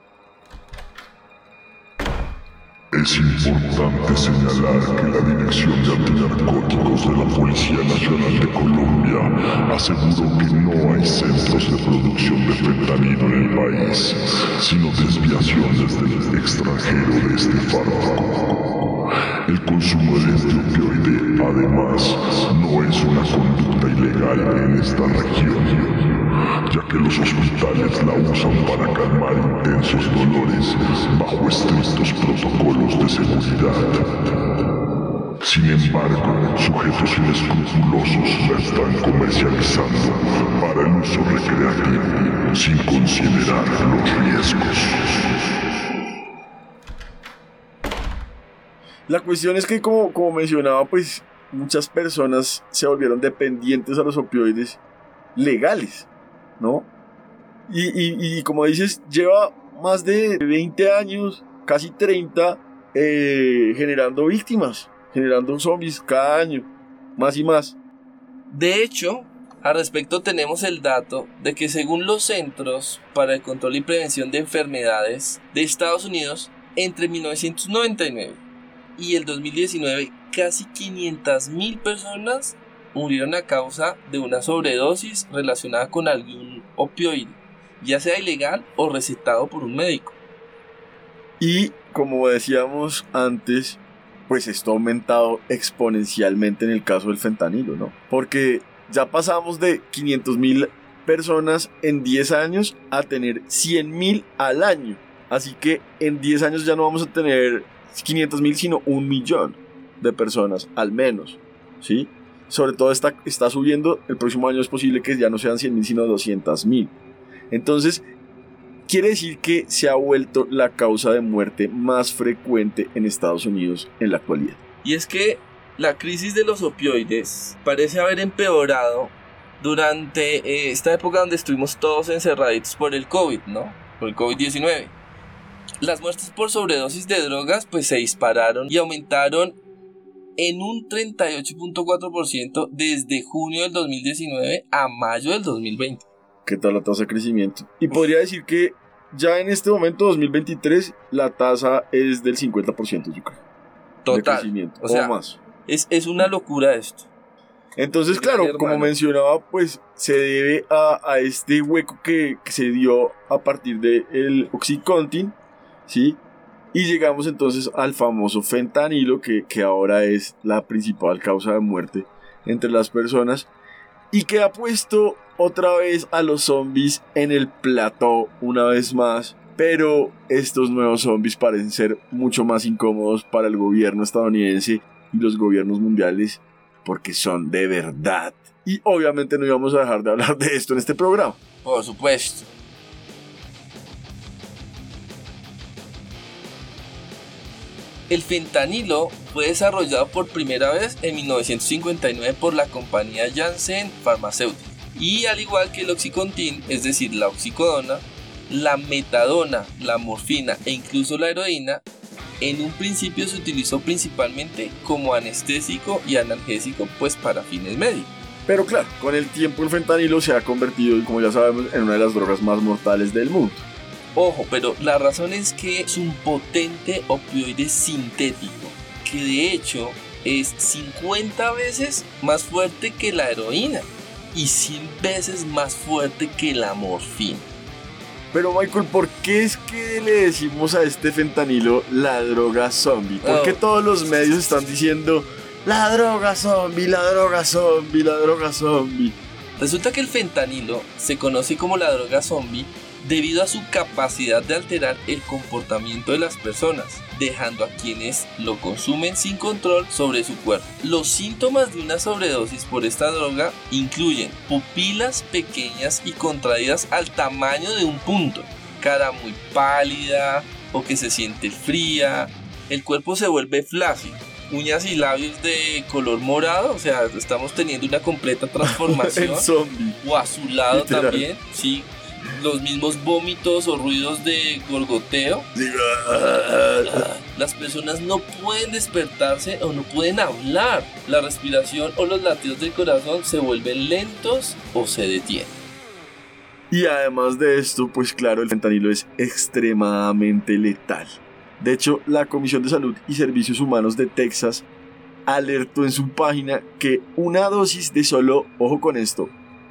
Speaker 3: Es importante señalar que la Dirección de Antinarcóticos de la Policía Nacional de Colombia aseguró que no hay centros de producción de fentanilo en el país, sino desviaciones del extranjero de este fármaco. El consumo de este opioide, además, no es una conducta ilegal en esta región, ya que los hospitales la usan para calmar intensos dolores bajo estrictos protocolos de seguridad. Sin embargo, sujetos inescrupulosos la están comercializando para el uso recreativo, sin considerar los riesgos.
Speaker 4: La cuestión es que, como mencionaba, pues muchas personas se volvieron dependientes a los opioides legales, ¿no? Y como dices, lleva más de 20 años, casi 30, generando víctimas, generando zombies cada año, más y más.
Speaker 5: De hecho, al respecto tenemos el dato de que según los Centros para el Control y Prevención de Enfermedades de Estados Unidos, entre 1999 y el 2019, casi 500.000 personas murieron a causa de una sobredosis relacionada con algún opioide, ya sea ilegal o recetado por un médico.
Speaker 4: Y como decíamos antes, pues esto ha aumentado exponencialmente en el caso del fentanilo, ¿no? Porque ya pasamos de 500.000 personas en 10 años a tener 100.000 al año. Así que en 10 años ya no vamos a tener 500.000, sino 1.000.000 de personas, al menos, ¿sí? Sobre todo está subiendo, el próximo año es posible que ya no sean 100.000, sino 200.000. Entonces, quiere decir que se ha vuelto la causa de muerte más frecuente en Estados Unidos en la actualidad.
Speaker 5: Y es que la crisis de los opioides parece haber empeorado durante esta época donde estuvimos todos encerraditos por el COVID, ¿no? Por el COVID-19. Las muertes por sobredosis de drogas pues se dispararon y aumentaron en un 38.4% desde junio del 2019 a mayo del 2020.
Speaker 4: ¿Qué tal la tasa de crecimiento? Y podría decir que ya en este momento, 2023, la tasa es del 50%, yo creo.
Speaker 5: Total.
Speaker 4: De crecimiento,
Speaker 5: o sea,
Speaker 4: más.
Speaker 5: Es una locura esto.
Speaker 4: Entonces, claro, como mencionaba, pues se debe a este hueco que se dio a partir del Oxycontin, ¿sí? Y llegamos entonces al famoso fentanilo, que ahora es la principal causa de muerte entre las personas y que ha puesto otra vez a los zombies en el plató una vez más. Pero estos nuevos zombies parecen ser mucho más incómodos para el gobierno estadounidense y los gobiernos mundiales porque son de verdad. Y obviamente no íbamos a dejar de hablar de esto en este programa.
Speaker 5: Por supuesto. El fentanilo fue desarrollado por primera vez en 1959 por la compañía Janssen Pharmaceuticals. Y al igual que el Oxycontin, es decir, la oxicodona, la metadona, la morfina e incluso la heroína, en un principio se utilizó principalmente como anestésico y analgésico, pues para fines médicos.
Speaker 4: Pero claro, con el tiempo el fentanilo se ha convertido, como ya sabemos, en una de las drogas más mortales del mundo.
Speaker 5: Ojo, pero la razón es que es un potente opioide sintético, que de hecho es 50 veces más fuerte que la heroína y 100 veces más fuerte que la morfina.
Speaker 4: Pero Michael, ¿por qué es que le decimos a este fentanilo la droga zombie? ¿Por qué todos los medios están diciendo la droga zombie, la droga zombie, la droga zombie?
Speaker 5: Resulta que el fentanilo se conoce como la droga zombie debido a su capacidad de alterar el comportamiento de las personas, dejando a quienes lo consumen sin control sobre su cuerpo. Los síntomas de una sobredosis por esta droga incluyen pupilas pequeñas y contraídas al tamaño de un punto, cara muy pálida o que se siente fría, el cuerpo se vuelve flácido, uñas y labios de color morado, o sea, estamos teniendo una completa transformación.
Speaker 4: El zombie.
Speaker 5: O azulado literal. También, sí. Los mismos vómitos o ruidos de gorgoteo. Las personas no pueden despertarse o no pueden hablar. La respiración o los latidos del corazón se vuelven lentos o se detienen.
Speaker 4: Y además de esto, pues claro, el fentanilo es extremadamente letal. De hecho, la Comisión de Salud y Servicios Humanos de Texas alertó en su página que una dosis de solo, ojo con esto,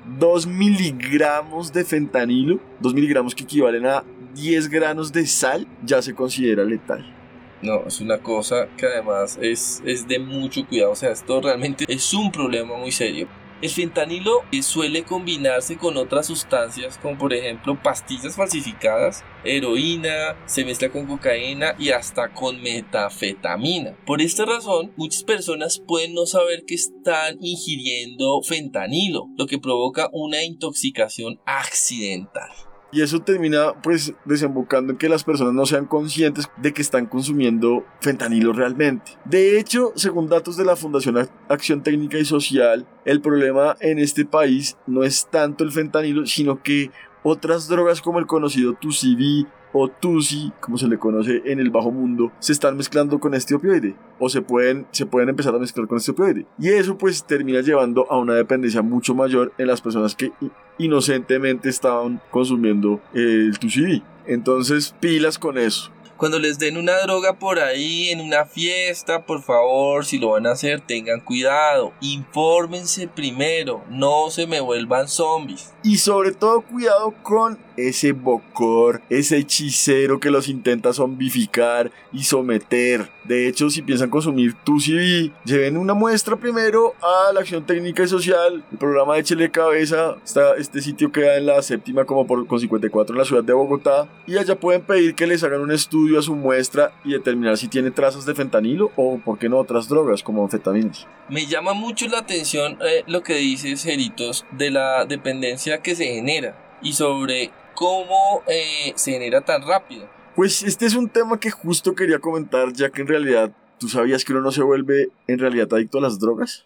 Speaker 4: 2 miligramos de fentanilo, 2 miligramos que equivalen a 10 granos de sal, ya se considera letal.
Speaker 5: No, es una cosa que además es de mucho cuidado, o sea, esto realmente es un problema muy serio. El fentanilo suele combinarse con otras sustancias como por ejemplo pastillas falsificadas, heroína, se mezcla con cocaína y hasta con metanfetamina. Por esta razón, muchas personas pueden no saber que están ingiriendo fentanilo, lo que provoca una intoxicación accidental.
Speaker 4: Y eso termina pues desembocando en que las personas no sean conscientes de que están consumiendo fentanilo realmente. De hecho, según datos de la Fundación Acción Técnica y Social, el problema en este país no es tanto el fentanilo, sino que otras drogas como el conocido 2CB o Tusi, como se le conoce en el bajo mundo, se están mezclando con este opioide o se pueden empezar a mezclar con este opioide, y eso pues termina llevando a una dependencia mucho mayor en las personas que inocentemente estaban consumiendo el 2CB. Entonces pilas con eso.
Speaker 5: Cuando les den una droga por ahí en una fiesta, por favor, si lo van a hacer, tengan cuidado. Infórmense primero, no se me vuelvan zombies.
Speaker 4: Y sobre todo cuidado con ese bocor, ese hechicero que los intenta zombificar y someter. De hecho, si piensan consumir 2CB, lleven una muestra primero a la Acción Técnica y Social, el programa de Échele Cabeza. Este sitio queda en la séptima como con 54 en la ciudad de Bogotá, y allá pueden pedir que les hagan un estudio a su muestra y determinar si tiene trazas de fentanilo o, por qué no, otras drogas como anfetaminas.
Speaker 5: Me llama mucho la atención lo que dices, Jeritos, de la dependencia que se genera y sobre cómo se genera tan rápido.
Speaker 4: Pues este es un tema que justo quería comentar, ya que en realidad, ¿tú sabías que uno no se vuelve en realidad adicto a las drogas?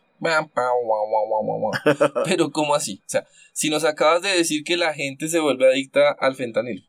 Speaker 5: Pero ¿cómo así? O sea, si nos acabas de decir que la gente se vuelve adicta al fentanilo.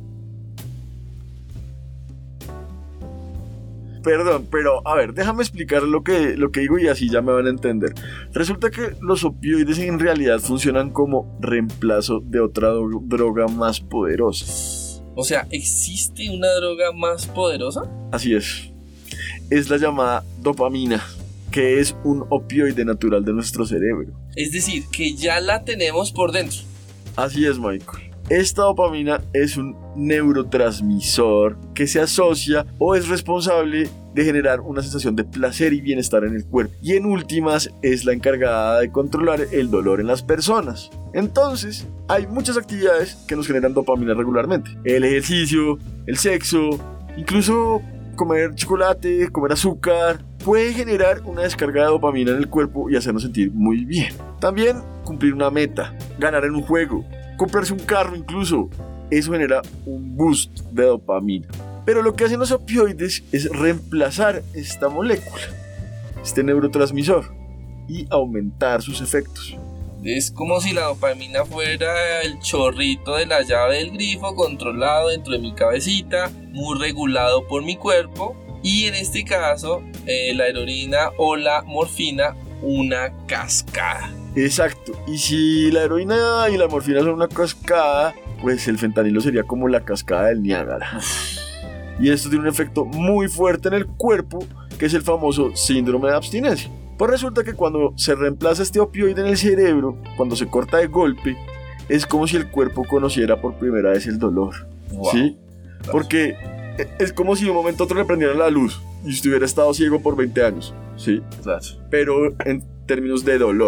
Speaker 4: Perdón, pero a ver, déjame explicar lo que digo y así ya me van a entender. Resulta que los opioides en realidad funcionan como reemplazo de otra droga más poderosa.
Speaker 5: O sea, ¿existe una droga más poderosa?
Speaker 4: Así es. Es la llamada dopamina, que es un opioide natural de nuestro cerebro.
Speaker 5: Es decir, que ya la tenemos por dentro.
Speaker 4: Así es, Michael. Esta dopamina es un neurotransmisor que se asocia o es responsable de generar una sensación de placer y bienestar en el cuerpo, y en últimas es la encargada de controlar el dolor en las personas. Entonces, hay muchas actividades que nos generan dopamina regularmente: el ejercicio, el sexo, incluso comer chocolate, comer azúcar, puede generar una descarga de dopamina en el cuerpo y hacernos sentir muy bien. También cumplir una meta, ganar en un juego, comprarse un carro incluso, eso genera un boost de dopamina. Pero lo que hacen los opioides es reemplazar esta molécula, este neurotransmisor, y aumentar sus efectos.
Speaker 5: Es como si la dopamina fuera el chorrito de la llave del grifo, controlado dentro de mi cabecita, muy regulado por mi cuerpo, y en este caso la heroína o la morfina, una cascada.
Speaker 4: Exacto, y si la heroína y la morfina son una cascada, pues el fentanilo sería como la cascada del Niágara. Y esto tiene un efecto muy fuerte en el cuerpo, que es el famoso síndrome de abstinencia. Pues resulta que cuando se reemplaza este opioide en el cerebro, cuando se corta de golpe, es como si el cuerpo conociera por primera vez el dolor. Wow. ¿Sí? Porque es como si de un momento a otro le prendieran la luz y estuviera estado ciego por 20 años. ¿Sí?
Speaker 5: Claro.
Speaker 4: Pero en términos de dolor.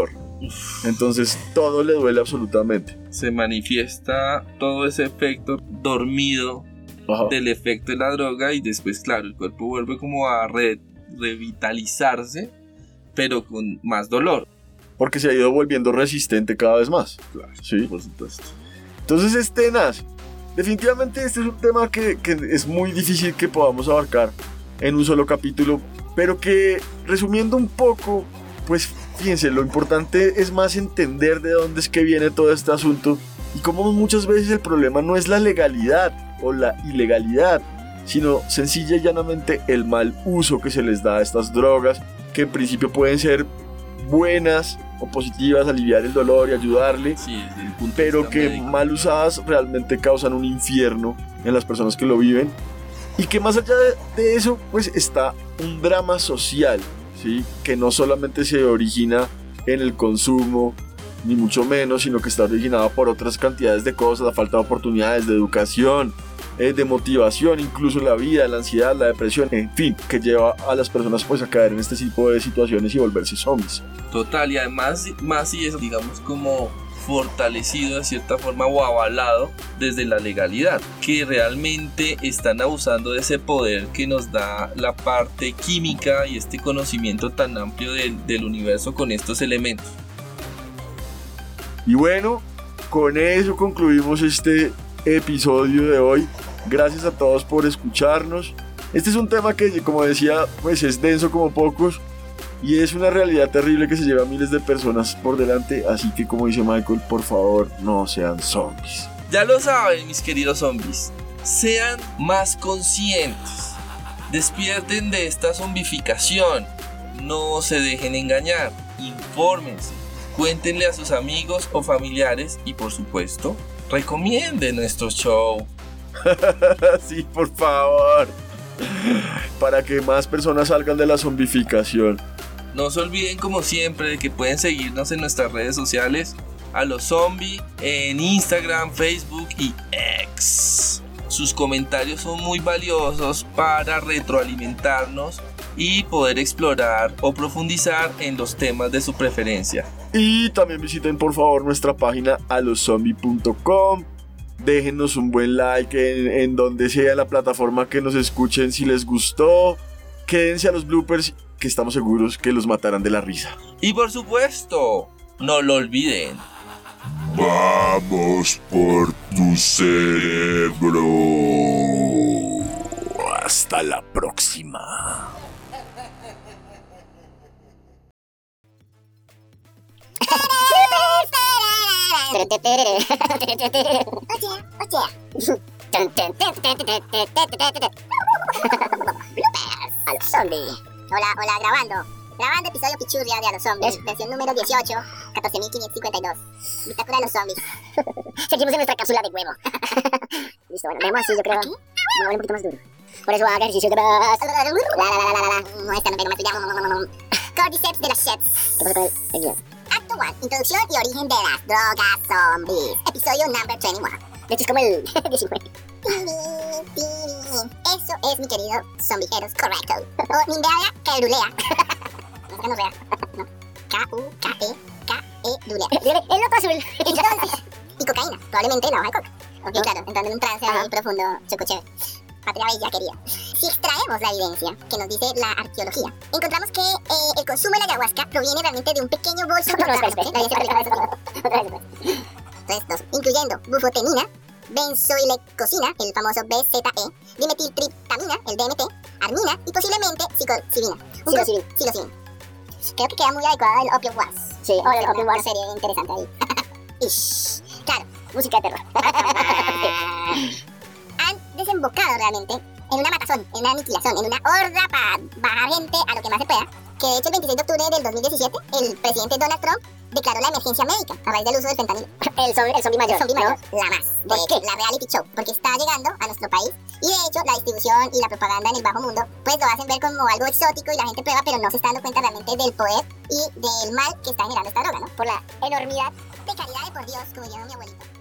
Speaker 4: Entonces todo le duele absolutamente.
Speaker 5: Se manifiesta todo ese efecto dormido del efecto de la droga y después, claro, el cuerpo vuelve como a revitalizarse, pero con más dolor.
Speaker 4: Porque se ha ido volviendo resistente cada vez más.
Speaker 5: Claro,
Speaker 4: sí,
Speaker 5: por supuesto.
Speaker 4: Entonces es tenaz. Definitivamente este es un tema que es muy difícil que podamos abarcar en un solo capítulo, pero que, resumiendo un poco, pues fíjense, lo importante es más entender de dónde es que viene todo este asunto y cómo muchas veces el problema no es la legalidad o la ilegalidad, sino sencilla y llanamente el mal uso que se les da a estas drogas, que en principio pueden ser buenas o positivas, aliviar el dolor y ayudarle,
Speaker 5: sí,
Speaker 4: pero que
Speaker 5: médico,
Speaker 4: mal usadas realmente causan un infierno en las personas que lo viven, y que más allá de eso pues está un drama social, ¿sí? Que no solamente se origina en el consumo ni mucho menos, sino que está originado por otras cantidades de cosas, la falta de oportunidades, de educación, de motivación, incluso la vida, la ansiedad, la depresión, en fin, que lleva a las personas pues a caer en este tipo de situaciones y volverse zombies.
Speaker 5: Total, y además más si es, digamos, como fortalecido de cierta forma o avalado desde la legalidad, que realmente están abusando de ese poder que nos da la parte química y este conocimiento tan amplio del universo con estos elementos.
Speaker 4: Y bueno, con eso concluimos este episodio de hoy. Gracias a todos por escucharnos. Este es un tema que, como decía, pues es denso como pocos y es una realidad terrible que se lleva a miles de personas por delante, así que, como dice Michael, por favor, no sean zombies.
Speaker 5: Ya lo saben, mis queridos zombies, sean más conscientes, despierten de esta zombificación, no se dejen engañar, infórmense, cuéntenle a sus amigos o familiares y, por supuesto, recomienden nuestro show.
Speaker 4: Sí, por favor, para que más personas salgan de la zombificación.
Speaker 5: No se olviden, como siempre, de que pueden seguirnos en nuestras redes sociales a los zombies en Instagram, Facebook y X. Sus comentarios son muy valiosos para retroalimentarnos y poder explorar o profundizar en los temas de su preferencia.
Speaker 4: Y también visiten por favor nuestra página alozombie.com. Déjennos un buen like en donde sea la plataforma que nos escuchen si les gustó. Quédense a los bloopers, que estamos seguros que los matarán de la risa.
Speaker 5: Y por supuesto, no lo olviden.
Speaker 3: Vamos por tu cerebro.
Speaker 4: Hasta la próxima.
Speaker 2: A los zombies. Hola, grabando episodio Pichurria de A los Zombies, versión número 18, 14.552. Bitácora de los zombies. Seguimos en nuestra cápsula de huevo. Listo, bueno, vemos así, yo creo. Me voy un poquito más duro. Por eso hago ejercicio de brazos. No, esta no pego, me estoy Cordyceps de las shits. ¿Qué pasa con el guión? Acto 1, introducción y origen de las drogas zombies. Episodio number 21. De hecho es como el 19. Eso es, mi querido zombijeros, correcto. O Nimbrea Caerulea. No sé que no sea. No. K-U-K-E-K-E-Dulea. El loco azul. Entonces, y cocaína, probablemente la hoja de coca. Ok, claro, entrando en un trance muy profundo, chocoche. Patria bella querida. Si extraemos la evidencia que nos dice la arqueología, encontramos que el consumo de la ayahuasca proviene realmente de un pequeño bolso entonces, incluyendo bufotenina, benzoilecosina, el famoso BZE, dimetiltriptamina, el DMT, armina y posiblemente psilocibina. Creo que queda muy adecuado el Opium Wars. Sí, el Opium Wars sería interesante ahí. Claro, música de terror. Han desembocado realmente en una matazón, en una aniquilación, en una horda para bajar gente a lo que más se pueda, que de hecho el 26 de octubre del 2017 el presidente Donald Trump declaró la emergencia médica a raíz del uso del fentanilo. El zombie mayor, ¿no? La más. ¿Por qué? La reality show, porque está llegando a nuestro país y de hecho la distribución y la propaganda en el bajo mundo pues lo hacen ver como algo exótico y la gente prueba, pero no se está dando cuenta realmente del poder y del mal que está generando esta droga, ¿no? Por la enormidad de calidad de por Dios, como llama mi abuelito.